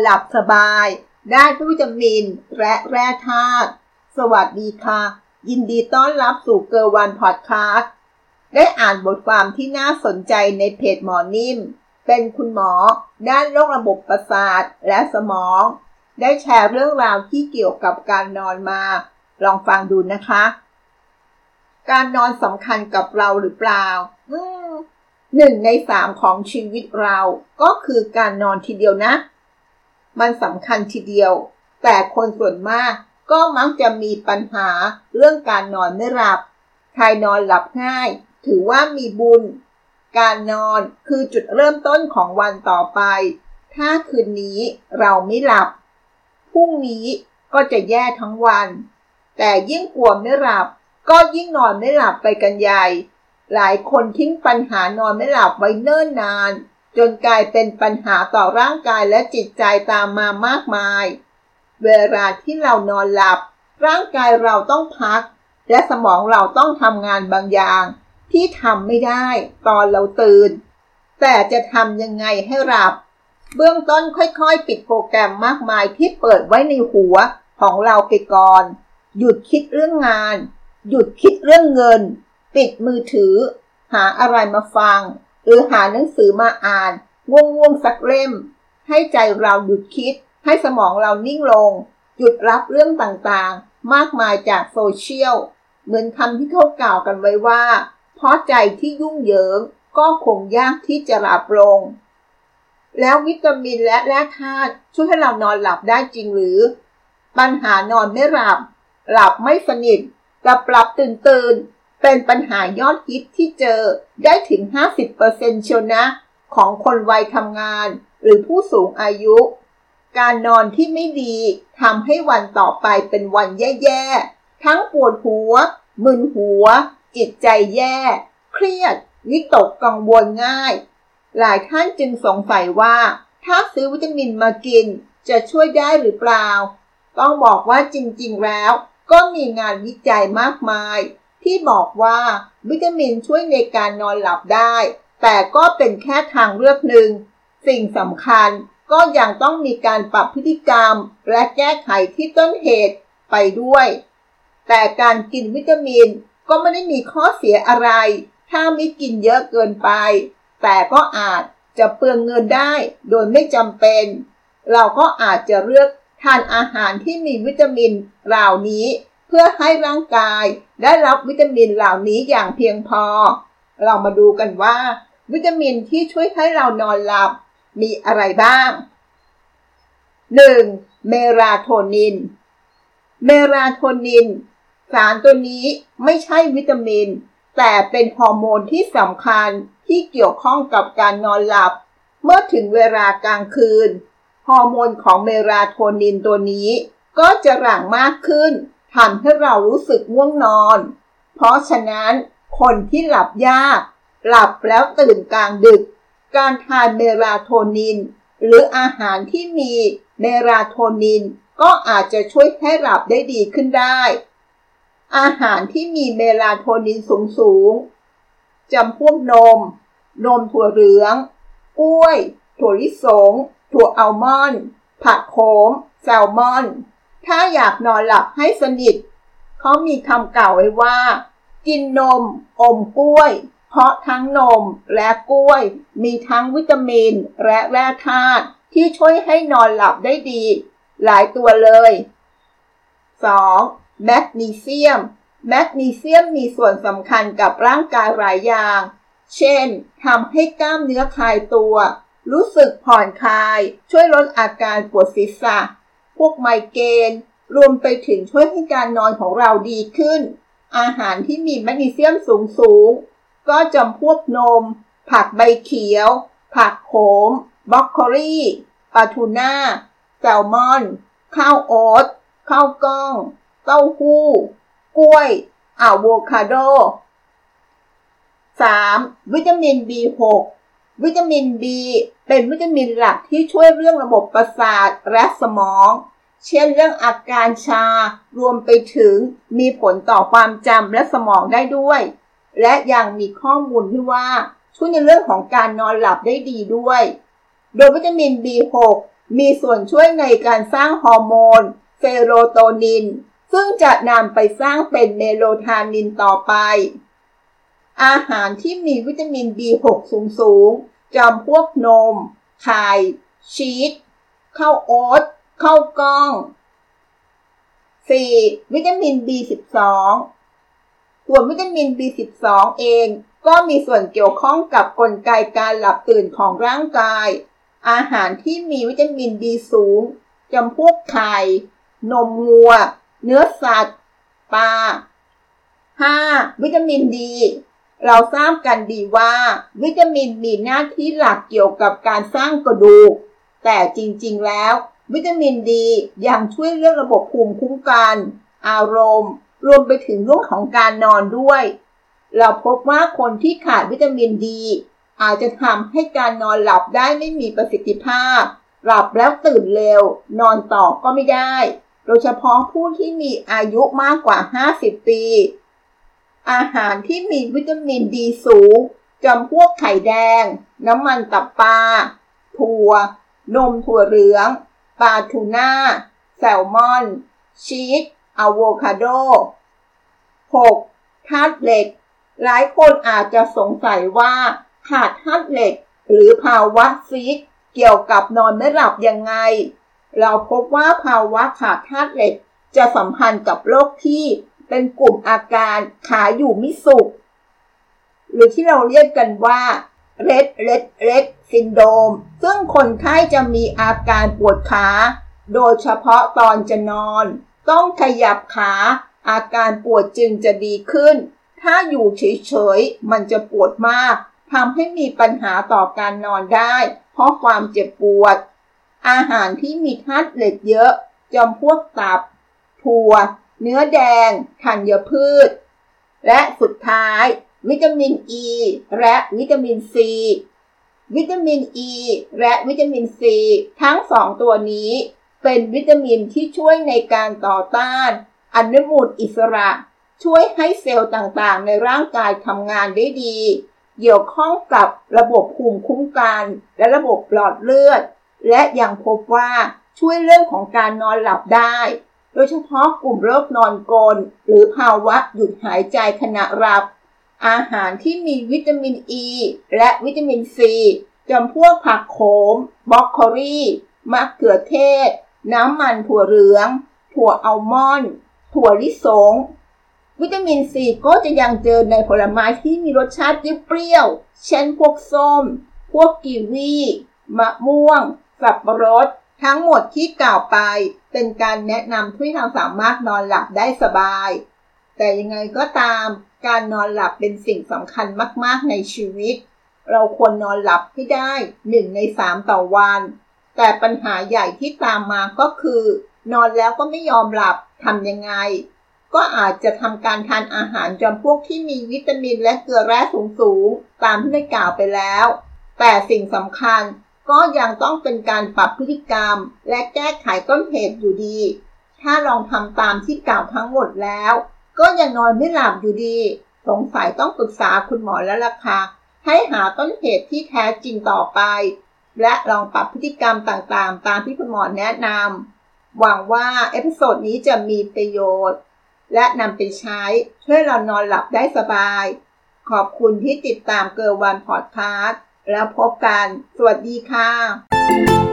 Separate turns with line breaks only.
หลับสบายได้วิตามินและแร่ธาตุสวัสดีค่ะยินดีต้อนรับสู่เกอร์วันพอดคาสต์ได้อ่านบทความที่น่าสนใจในเพจหมอนิ่มเป็นคุณหมอด้านโรคระบบประสาทและสมองได้แชร์เรื่องราวที่เกี่ยวกับการนอนมาลองฟังดูนะคะการนอนสำคัญกับเราหรือเปล่า1 ใน 3ของชีวิตเราก็คือการนอนทีเดียวนะมันสำคัญทีเดียวแต่คนส่วนมากก็มักจะมีปัญหาเรื่องการนอนไม่หลับใครนอนหลับง่ายถือว่ามีบุญการนอนคือจุดเริ่มต้นของวันต่อไปถ้าคืนนี้เราไม่หลับพรุ่งนี้ก็จะแย่ทั้งวันแต่ยิ่งกลัวไม่หลับก็ยิ่งนอนไม่หลับไปกันใหญ่หลายคนทิ้งปัญหานอนไม่หลับไว้เนิ่นนานจนกลายเป็นปัญหาต่อร่างกายและจิตใจตามมามากมายเวลาที่เรานอนหลับร่างกายเราต้องพักและสมองเราต้องทำงานบางอย่างที่ทำไม่ได้ตอนเราตื่นแต่จะทำยังไงให้หลับเบื้องต้นค่อยๆปิดโปรแกรมมากมายที่เปิดไว้ในหัวของเราไปก่อนหยุดคิดเรื่องงานหยุดคิดเรื่องเงินปิดมือถือหาอะไรมาฟังหรือหาหนังสือมาอ่านง่วงๆสักเล่มให้ใจเราหยุดคิดให้สมองเรานิ่งลงหยุดรับเรื่องต่างๆมากมายจากโซเชียลเหมือนคำที่เขากล่าวกันไว้ว่าเพราะใจที่ยุ่งเหยิงก็คงยากที่จะหลับลงแล้ววิตามินและแร่ธาตุช่วยให้เรานอนหลับได้จริงหรือปัญหานอนไม่หลับไม่สนิทหลับตื่นเป็นปัญหายอดฮิตที่เจอได้ถึง 50% เชียวนะของคนวัยทำงานหรือผู้สูงอายุการนอนที่ไม่ดีทำให้วันต่อไปเป็นวันแย่ๆทั้งปวดหัวมึนหัวจิตใจแย่เครียดวิตกกังวลง่ายหลายท่านจึงสงสัยว่าถ้าซื้อวิตามินมากินจะช่วยได้หรือเปล่าต้องบอกว่าจริงๆแล้วก็มีงานวิจัยมากมายที่บอกว่าวิตามินช่วยในการนอนหลับได้แต่ก็เป็นแค่ทางเลือกหนึ่งสิ่งสำคัญก็ยังต้องมีการปรับพฤติกรรมและแก้ไขที่ต้นเหตุไปด้วยแต่การกินวิตามินก็ไม่ได้มีข้อเสียอะไรถ้าไม่กินเยอะเกินไปแต่ก็อาจจะเปลืองเงินได้โดยไม่จำเป็นเราก็อาจจะเลือกทานอาหารที่มีวิตามินเหล่านี้เพื่อให้ร่างกายได้รับวิตามินเหล่านี้อย่างเพียงพอเรามาดูกันว่าวิตามินที่ช่วยให้เรานอนหลับมีอะไรบ้าง 1. เมลาโทนินสารตัวนี้ไม่ใช่วิตามินแต่เป็นฮอร์โมนที่สำคัญที่เกี่ยวข้องกับการนอนหลับเมื่อถึงเวลากลางคืนฮอร์โมนของเมลาโทนินตัวนี้ก็จะหลั่งมากขึ้นทำให้เรารู้สึกง่วงนอนเพราะฉะนั้นคนที่หลับยากหลับแล้วตื่นกลางดึกการทานเมลาโทนินหรืออาหารที่มีเมลาโทนินก็อาจจะช่วยให้หลับได้ดีขึ้นได้อาหารที่มีเมลาโทนินสูงจำพวกนมถั่วเหลืองกล้วยถั่วลิสงถั่วอัลมอนด์ผักโขมแซลมอนถ้าอยากนอนหลับให้สนิทเขามีคำกล่าวไว้ว่ากินนมอมกล้วยเพราะทั้งนมและกล้วยมีทั้งวิตามินและแร่ธาตุที่ช่วยให้นอนหลับได้ดีหลายตัวเลย 2. แมกนีเซียมมีส่วนสำคัญกับร่างกายหลายอย่างเช่นทำให้กล้ามเนื้อคลายตัวรู้สึกผ่อนคลายช่วยลดอาการปวดศีรษะพวกไมเกรนรวมไปถึงช่วยให้การนอนของเราดีขึ้นอาหารที่มีแมกนีเซียมสูงก็จำพวกนมผักใบเขียวผักโขมบรอกโคลีปลาทูน่าแซลมอนข้าวโอ๊ตข้าวกล้องเต้าหู้กล้วยอะโวคาโด 3. วิตามิน B6 วิตามิน B เป็นวิตามินหลักที่ช่วยเรื่องระบบประสาทและสมองเช่นเรื่องอาการชารวมไปถึงมีผลต่อความจำและสมองได้ด้วยและยังมีข้อมูลที่ว่าช่วยในเรื่องของการนอนหลับได้ดีด้วยโดยวิตามิน B6 มีส่วนช่วยในการสร้างฮอร์โมนเซโรโทนินซึ่งจะนำไปสร้างเป็นเมโลโทนินต่อไปอาหารที่มีวิตามิน B6 สูงจำพวกนมไข่ชีสข้าวโอ๊ตข้าวกล้อง 4. วิตามิน B12 ส่วนวิตามิน B12 เองก็มีส่วนเกี่ยวข้องกับกลไกการหลับตื่นของร่างกายอาหารที่มีวิตามิน B สูงจำพวกไข่นมวัวเนื้อสัตว์ปลา 5. วิตามินดีเราทราบกันดีว่าวิตามินมีหน้าที่หลักเกี่ยวกับการสร้างกระดูกแต่จริงๆแล้ววิตามินดียังช่วยเรื่องระบบภูมิคุ้มกันอารมณ์รวมไปถึงเรื่องของการนอนด้วยเราพบว่าคนที่ขาดวิตามินดีอาจจะทำให้การนอนหลับได้ไม่มีประสิทธิภาพหลับแล้วตื่นเร็วนอนต่อก็ไม่ได้โดยเฉพาะผู้ที่มีอายุมากกว่า50ปีอาหารที่มีวิตามินดีสูงจำพวกไข่แดงน้ำมันตับปลาถั่วนมถั่วเหลืองปลาทูน่าแซลมอนชีสอะโวคาโด 6. ธาตุเหล็กหลายคนอาจจะสงสัยว่าขาดธาตุเหล็กหรือภาวะซีดเกี่ยวกับนอนไม่หลับยังไงเราพบว่าภาวะขาดธาตุเหล็กจะสัมพันธ์กับโรคที่เป็นกลุ่มอาการขาอยู่ไม่สุขหรือที่เราเรียกกันว่า Red Syndrome ซึ่งคนไข้จะมีอาการปวดขาโดยเฉพาะตอนจะนอนต้องขยับขาอาการปวดจึงจะดีขึ้นถ้าอยู่เฉยๆมันจะปวดมากทำให้มีปัญหาต่อการนอนได้เพราะความเจ็บปวดอาหารที่มีธาตุเหล็กเยอะจำพวกตับถั่วเนื้อแดงธัญพืชและสุดท้ายวิตามินอ e ีและวิตามินซีวิตามินอ e ีและวิตามินซีทั้ง2ตัวนี้เป็นวิตามินที่ช่วยในการต่อต้านอนุมูลอิสระช่วยให้เซลล์ต่างๆในร่างกายทำงานได้ดีเกี่ยวข้องกับระบบภูมิคุ้มกันและระบบหลอดเลือดและยังพบว่าช่วยเรื่องของการนอนหลับได้โดยเฉพาะกลุ่มโรคนอนกรนหรือภาวะหยุดหายใจขณะหลับอาหารที่มีวิตามินอ e ีและวิตามินซีจำพวกผักโขมบรอกโคลีมะเขือเทศน้ำมันถั่วเหลืองถั่วอัลมอนด์ถั่วลิสงวิตามินซีก็จะยังเจอในผลไม้ที่มีรสชาติเปรี้ยวเช่นพวกส้มพวกกีวีมะม่วงสับปะรดทั้งหมดที่กล่าวไปเป็นการแนะนำที่เราสามารถนอนหลับได้สบายแต่ยังไงก็ตามการนอนหลับเป็นสิ่งสำคัญมากๆในชีวิตเราควรนอนหลับให้ได้1 ใน 3ต่อวันแต่ปัญหาใหญ่ที่ตามมาก็คือนอนแล้วก็ไม่ยอมหลับทำยังไงก็อาจจะทำการทานอาหารจำพวกที่มีวิตามินและเกลือแร่สูงๆตามที่ได้กล่าวไปแล้วแต่สิ่งสำคัญก็ยังต้องเป็นการปรับพฤติกรรมและแก้ไขต้นเหตุอยู่ดีถ้าลองทำตามที่กล่าวทั้งหมดแล้วก็ยังนอนไม่หลับอยู่ดีสงสัยต้องปรึกษาคุณหมอแล้วล่ะค่ะให้หาต้นเหตุที่แท้จริงต่อไปและลองปรับพฤติกรรมต่างๆตามที่คุณหมอแนะนำหวังว่าเอพิโซดนี้จะมีประโยชน์และนำไปใช้ช่วยเรานอนหลับได้สบายขอบคุณที่ติดตามเกิร์ลวันพอดคาสต์แล้วพบกันสวัสดีค่ะ